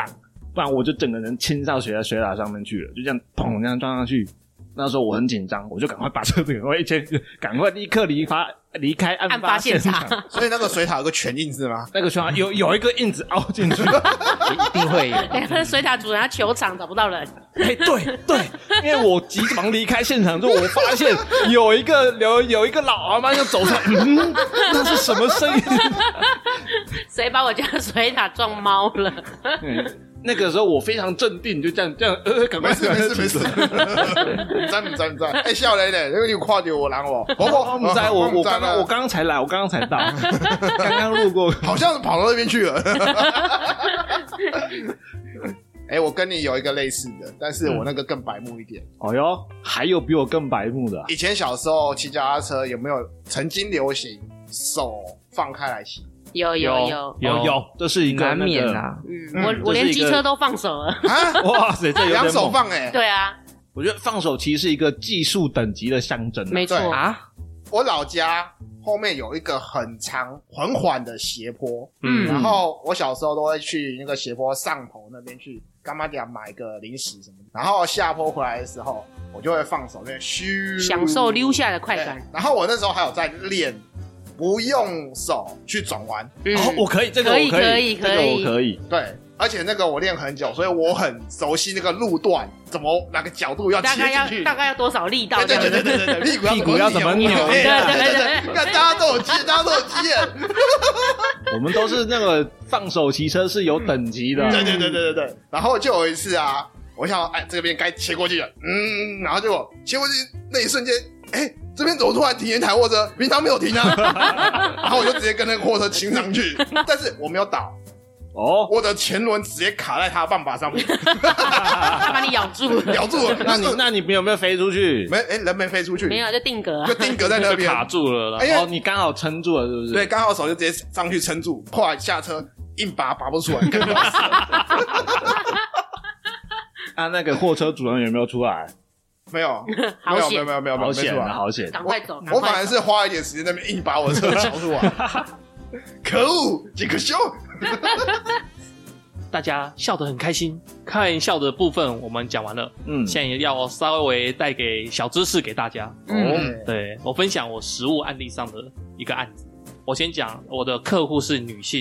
不然我就整个人倾上水塔上面去了，就这样砰这样撞上去。那时候我很紧张，我就赶快把车子赶快立刻离开案发现场。
所以那个水塔有个全印子吗？
那个水塔有一个印子凹进去，
一定会有。
那个水塔主人他球场找不到人，
对，因为我急忙离开现场之后，我发现有一个老阿妈就走出来，那是什么声音？
谁把我家的水塔撞猫了？
那个时候我非常镇定，就这样，赶快
没事，唔知，哎，笑嘞嘞，那个你有看到我人哦？
我不知道，我刚刚才来，我刚刚才到，刚刚路过，
好像是跑到那边去了。哎，我跟你有一个类似的，但是我那个更白目一点。
哦哟，还有比我更白目的。
以前小时候骑脚踏车有没有曾经流行手放开来骑？
有，
这是一个
难免啊。
我连机车都放手了。
啊，
哇塞，这有点猛。
两手放哎。
对啊，
我觉得放手其实是一个技术等级的象征。
没错
啊。
我老家后面有一个很长缓缓的斜坡，然后我小时候都会去那个斜坡上头那边去干妈店买个零食什么的，然后下坡回来的时候，我就会放手那边咻，
享受溜下来的快感。
然后我那时候还有在练不用手去转弯，
我可以，这个我可以，这个我可以，
对。而且那个我练很久，所以我很熟悉那个路段，怎么哪个角度要切进去，
大概要多少力道？
对，屁股要怎么扭？
对，
看大家都有经验。
我们都是那个放手骑车是有等级的。
对。然后就有一次啊，我想哎这边该切过去了，然后结果切过去那一瞬间，哎这边怎么突然停一台货车？平常没有停啊。然后我就直接跟那个货车亲上去，但是我没有倒。我的前轮直接卡在他的棒把上面，
他把你咬住
了。
那你有没有飞出去？
没，人没飞出去，
没有，就定格
在那边卡住了啦。你刚好撑住了，是不是？
对，刚好手就直接上去撑住，后来下车硬拔不出来。
那个货车主人有没有出来？
没有，
好险，
没有，
好险，
赶快走。
我反而是花一点时间在那边硬把我的车撬出来。可恶，杰克熊！
大家笑得很开心，看笑的部分我们讲完了，现在也要稍微带给小知识给大家。对，我分享我实务案例上的一个案子。我先讲我的客户是女性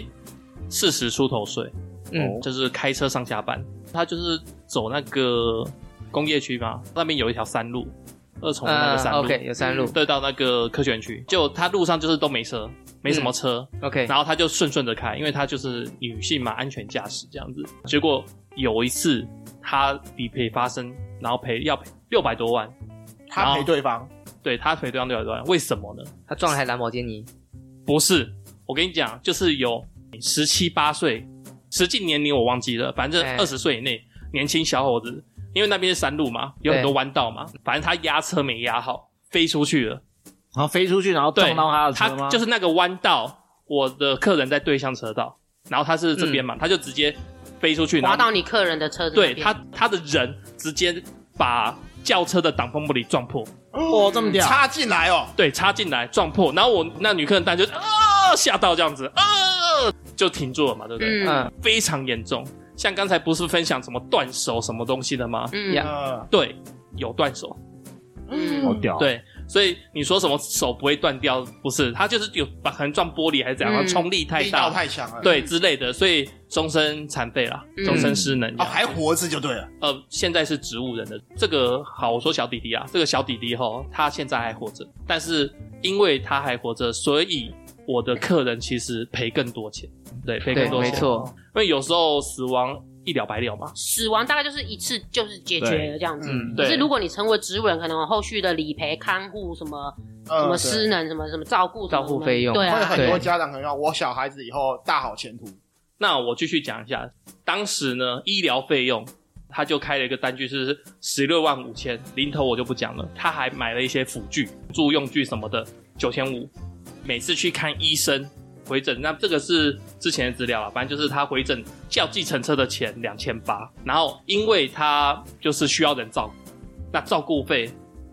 ，40出头岁，就是开车上下班，她就是走那个工业区嘛，那边有一条山路，2重的那个山路
，OK， 有山路，
对，到那个科学园区，就她路上就是都没车。没什么车
，OK，
然后他就顺着开，因为他就是女性嘛，安全驾驶这样子。结果有一次他理赔发生，然后要赔600多万，
他赔对方，
对，他赔对方600多万，为什么呢？
他撞了台兰博基尼？
不是，我跟你讲，就是有17、8岁，实际年龄我忘记了，反正20岁以内年轻小伙子，因为那边是山路嘛，有很多弯道嘛，反正他压车没压好，飞出去了。
然后飞出去，然后撞到他的车吗？
他就是那个弯道，我的客人在对向车道，然后他是这边嘛，他就直接飞出去，
滑到你客人的车子。
对，他的人直接把轿车的挡风玻璃撞破。
这么屌！
插进来哦。
对，插进来撞破，然后我那女客人当然就吓到这样子，就停住了嘛，对不对？非常严重。像刚才不是分享什么断手什么东西的吗？对，有断手。
好屌。
对。所以你说什么手不会断掉？不是，他就是有可能撞玻璃还是怎样，冲力太大，
力道太强了，
对之类的，所以终身残废啦，终身失能。
还活着就对了。
现在是植物人的这个好，我说小弟弟啊，这个小弟弟他现在还活着，但是因为他还活着，所以我的客人其实赔更多钱，对，赔更多钱，
没错，
因为有时候死亡一了百了嘛，
死亡大概就是一次就是解决了这样子。
对。
可是如果你成为植物人，可能后续的理赔、看护什么失能、什么照顾
费用，
对啊，
会很多家长可能要我小孩子以后大好前途。
那我继续讲一下，当时呢医疗费用，他就开了一个单据是16万5千，零头我就不讲了，他还买了一些辅具、助用具什么的9500，每次去看医生。回诊，那这个是之前的资料啦，反正就是他回诊叫计程车的钱2800，然后因为他就是需要人照顾，那照顾费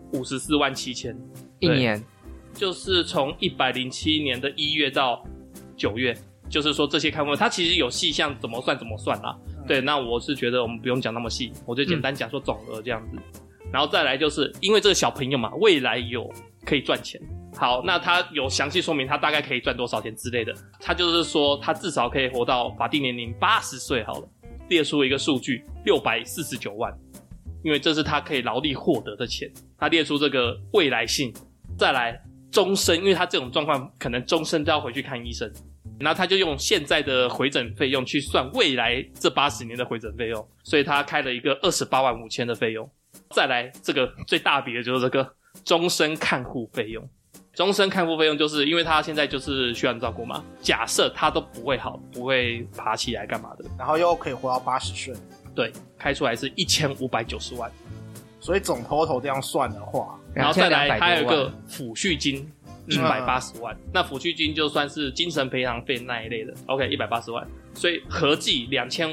54万7千，
一年，
就是从107年的1月到9月，就是说这些看护，他其实有细项怎么算啦， 对，那我是觉得我们不用讲那么细，我就简单讲说总额这样子。然后再来就是因为这个小朋友嘛，未来有可以赚钱。好，那他有详细说明他大概可以赚多少钱之类的。他就是说他至少可以活到法定年龄80岁好了，列出一个数据649万，因为这是他可以劳力获得的钱。他列出这个未来性。再来终身，因为他这种状况可能终身都要回去看医生，然后他就用现在的回诊费用去算未来这80年的回诊费用，所以他开了一个28万5千的费用。再来这个最大笔的就是这个终身看护费用。终身看护费用就是因为他现在就是需要照顾嘛，假设他都不会好，不会爬起来干嘛的，
然后又可以活到80岁，
对，开出来是1590万。
所以总 total 这样算的话，
然后再来还有一个抚恤金180万，那抚恤金就算是精神培养费那一类的 OK 180万，所以合计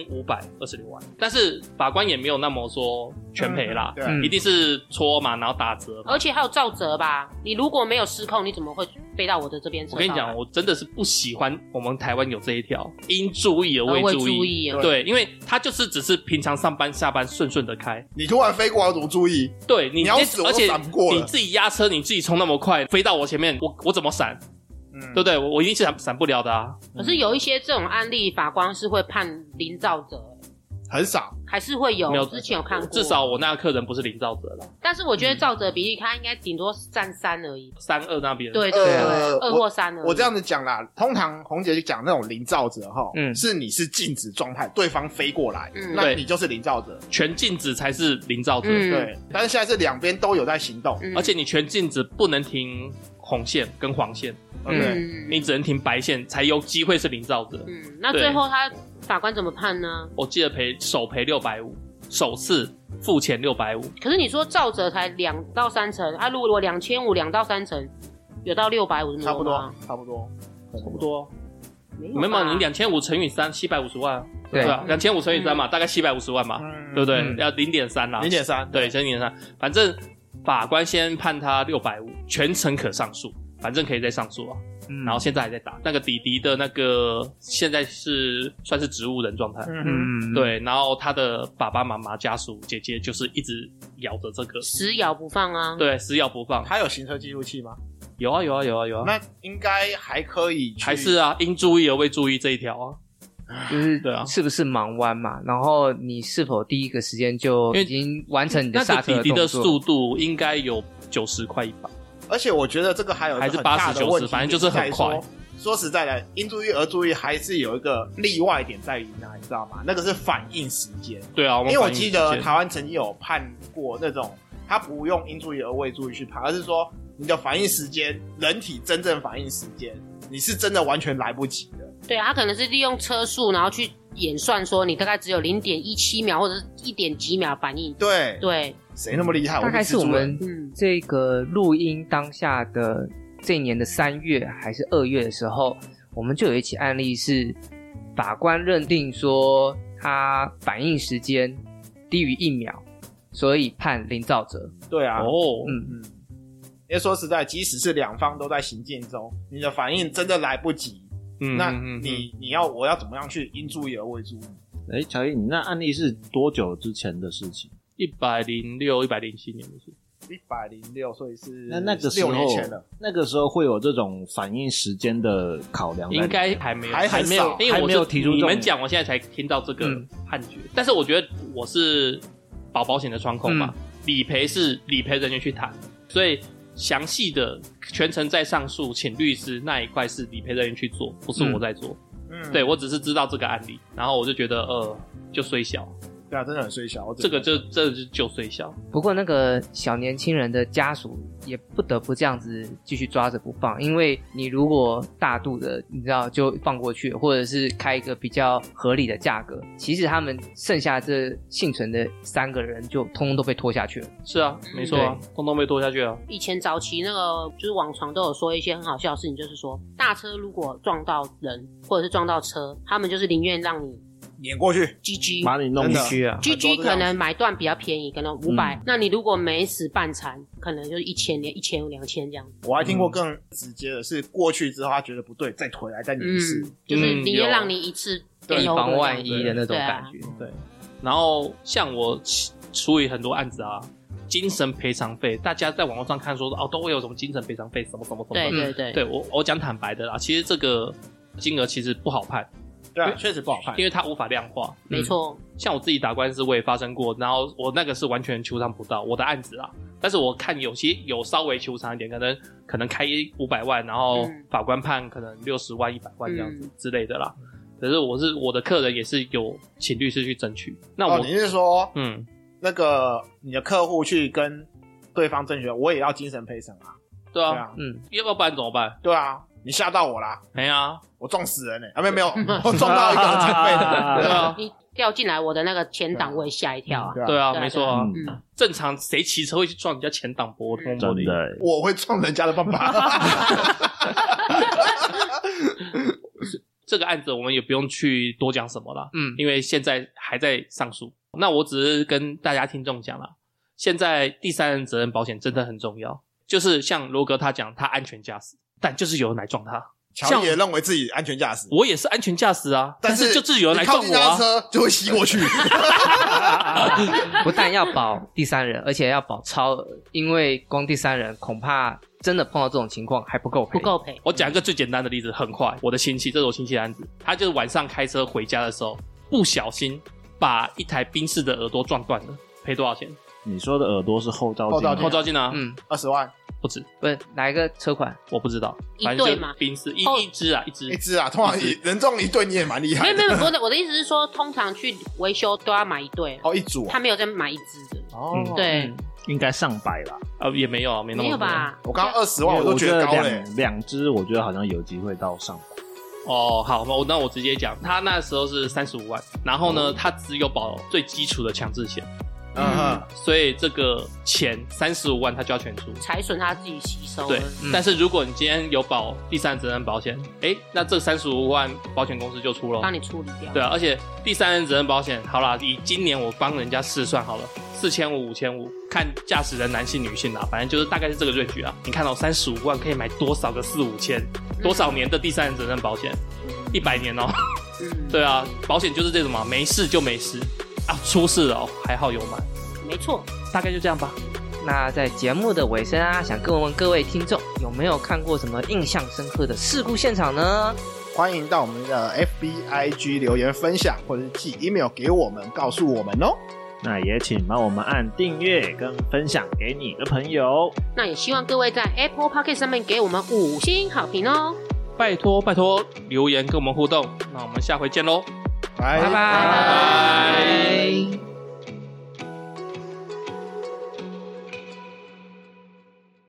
2526万。但是法官也没有那么说全赔啦，一定是戳嘛，然后打折嘛，
而且还有照折吧，你如果没有失控，你怎么会飞到我的这边车上来？
我跟你讲，我真的是不喜欢我们台湾有这一条应注意而未注意，对，因为他就是只是平常上班下班顺顺的开，
你突然飞过来我怎么注意？
对，你
要死我都闪不过了，
你自己压车，你自己冲那么快飞到我前面，我怎么闪？对不对？我一定是闪不了的啊。
可是有一些这种案例，法官是会判零肇责，
很少，
还是会有。
没有，
之前有看过，
至少我那个客人不是零肇责了。
但是我觉得肇责比例，他应该顶多占3而已
，3-2那边。
对对对，2或3而已。
我这样子讲啦，通常红姐就讲那种零肇责哈，是你是静止状态，对方飞过来，那你就是零肇责，
全静止才是零肇责。
对，但是现在是两边都有在行动，
而且你全静止不能停红线跟黄线。你只能停白线才有机会是零肇责。
那最后他法官怎么判呢？
我记得首赔650，首次付钱650。
可是你说肇责才2到3成，如果2500，2到3成，有到650
差不多，差不多。
没有，你2500乘以3，750万。对吧？2500乘以3嘛，大概750万嘛，对不对？要0.3啦
，0.3，
对，乘0.3，反正法官先判他650，全程可上诉。反正可以再上诉啊，然后现在还在打那个弟弟的那个，现在是算是植物人状态，对，然后他的爸爸妈妈家属姐姐就是一直咬着这个，
死咬不放啊，
对，死咬不放。
他有行车记录器吗？
有啊，
那应该还可以去，
还是啊，应注意而未注意这一条啊。
就是
对啊，
是不是盲弯嘛？然后你是否第一个时间就已经完成你的刹车的动作？
那个弟弟的速度应该有90快100。
而且我觉得这个还有一个很大的问题，
反正就是很快。
说实在的，应注意而注意还是有一个例外点在于哪，你知道吗？那个是反应时间。
对啊，
因为我记得台湾曾经有判过那种，他不用应注意而未注意去判，而是说你的反应时间，人体真正反应时间，你是真的完全来不及的。
对啊，他可能是利用车速，然后去演算说你大概只有0.17秒或者是1点几秒反应。对。
谁那么厉害？
大概是我们这个录音当下的这一年的3月还是2月的时候，我们就有一起案例是法官认定说他反应时间低于1秒，所以判零肇责。
对啊，因为说实在，即使是两方都在行进中，你的反应真的来不及，那我要怎么样去应注意而未注意？
乔伊，你那案例是多久之前的事情
？106、107年的事。
106，所以是
那个时候
6年前了。
那个时候会有这种反应时间的考量？
应该还没有，
还没有，
因为
还没有提出
你们讲，我现在才听到这个判决。但是我觉得我是保险的窗口嘛，理赔是理赔人员去谈，所以详细的全程在上诉，请律师那一块是理赔人员去做，不是我在做。对，我只是知道这个案例，然后我就觉得就虽小。
对啊，真的很衰小。
这个就虽小。
不过那个小年轻人的家属也不得不这样子继续抓着不放，因为你如果大度的，你知道就放过去，或者是开一个比较合理的价格，其实他们剩下这幸存的3个人就通通都被拖下去了。
是啊，没错啊，通通被拖下去了。
以前早期那个就是网传都有说一些很好笑的事情，就是说大车如果撞到人或者是撞到车，他们就是宁愿让你
碾过去，
GG
把你弄
真的
虚啊！
GG 可能买断比较便宜，可能500，那你如果没死半残，可能就是1000、1500、2000这样。
我还听过更直接的是，过去之后他觉得不对，再回来再碾一次。
就是宁愿让你一次
以防万一的那种感觉。
对，
然后像我处理很多案子啊，精神赔偿费，大家在网络上看说哦，都会有什么精神赔偿费，什么什么什么。
对对对，
对我讲坦白的啦，其实这个金额其实不好判，
对啊，确实不好判，
因为它无法量化。
没错。
像我自己打官司，我也发生过，然后我那个是完全求偿不到我的案子啦。但是我看有些有稍微求偿一点，可能开500万，然后法官判可能60万、100万这样子之类的啦。可是我的客人也是有请律师去争取。那
你是说，
嗯，
那个你的客户去跟对方争取，我也要精神赔偿啊？
对啊，
对啊，
要不然怎么办？
对啊，你吓到我啦！
没啊，
我撞死人欸没有，我撞到一个残废的。
对啊，
你掉进来我的那个前档，我也吓一跳啊。
对啊，没错啊。正常谁骑车会去撞人家前挡玻璃？
真的，
我会撞人家的爸爸。
这个案子我们也不用去多讲什么了，因为现在还在上诉。那我只是跟大家听众讲啦，现在第三人责任保险真的很重要。就是像罗哥他讲，他安全驾驶，但就是有人来撞他。
乔也认为自己安全驾驶，
我也是安全驾驶啊，但是就是有人来撞我啊，
你靠近他的车就会吸过去。
不但要保第三人，而且要保超额，因为光第三人恐怕真的碰到这种情况还不够赔。
不够赔。
我讲一个最简单的例子，很快，我的亲戚，这是我亲戚的案子，他就是晚上开车回家的时候，不小心把一台宾士的耳朵撞断了，赔多少钱？
你说的耳朵是后照镜，
后照镜啊
，20万。
不止，
不是哪一个车款
我不知道，
一对嘛，
宾士一只啊，
一只啊，通常人撞一对你也蛮厉害的。
没有，我的意思是说，通常去维修都要买一对
哦，一组，
他没有再买一只的
哦，
对，
应该上百啦，
也没有啊，没那么多，
没有吧？
我刚刚20万我都觉得高嘞，
两只我觉得好像有机会到上百。
哦，好，那我直接讲，他那时候是35万，然后呢，他只有保最基础的强制险。所以这个钱35万他就要全出，
财损他自己吸收了。
对，但是如果你今天有保第三人责任保险，那这35万保险公司就出了，
帮你处理掉。
对啊，而且第三人责任保险，好啦，以今年我帮人家试算好了，4500、5500，看驾驶人男性女性啦，反正就是大概是这个range啊。你看到35万可以买多少个4、5千，多少年的第三人责任保险？100年哦。对啊，保险就是这种嘛，没事就没事。出事了还好有买，
没错，
大概就这样吧。
那在节目的尾声啊，想问各位听众，有没有看过什么印象深刻的事故现场呢？
欢迎到我们的 FB、IG 留言分享，或者是寄 email 给我们，告诉我们哦。
那也请帮我们按订阅跟分享给你的朋友。
那也希望各位在 Apple Podcast 上面给我们5星好评哦。
拜托留言跟我们互动。那我们下回见喽。
拜
拜。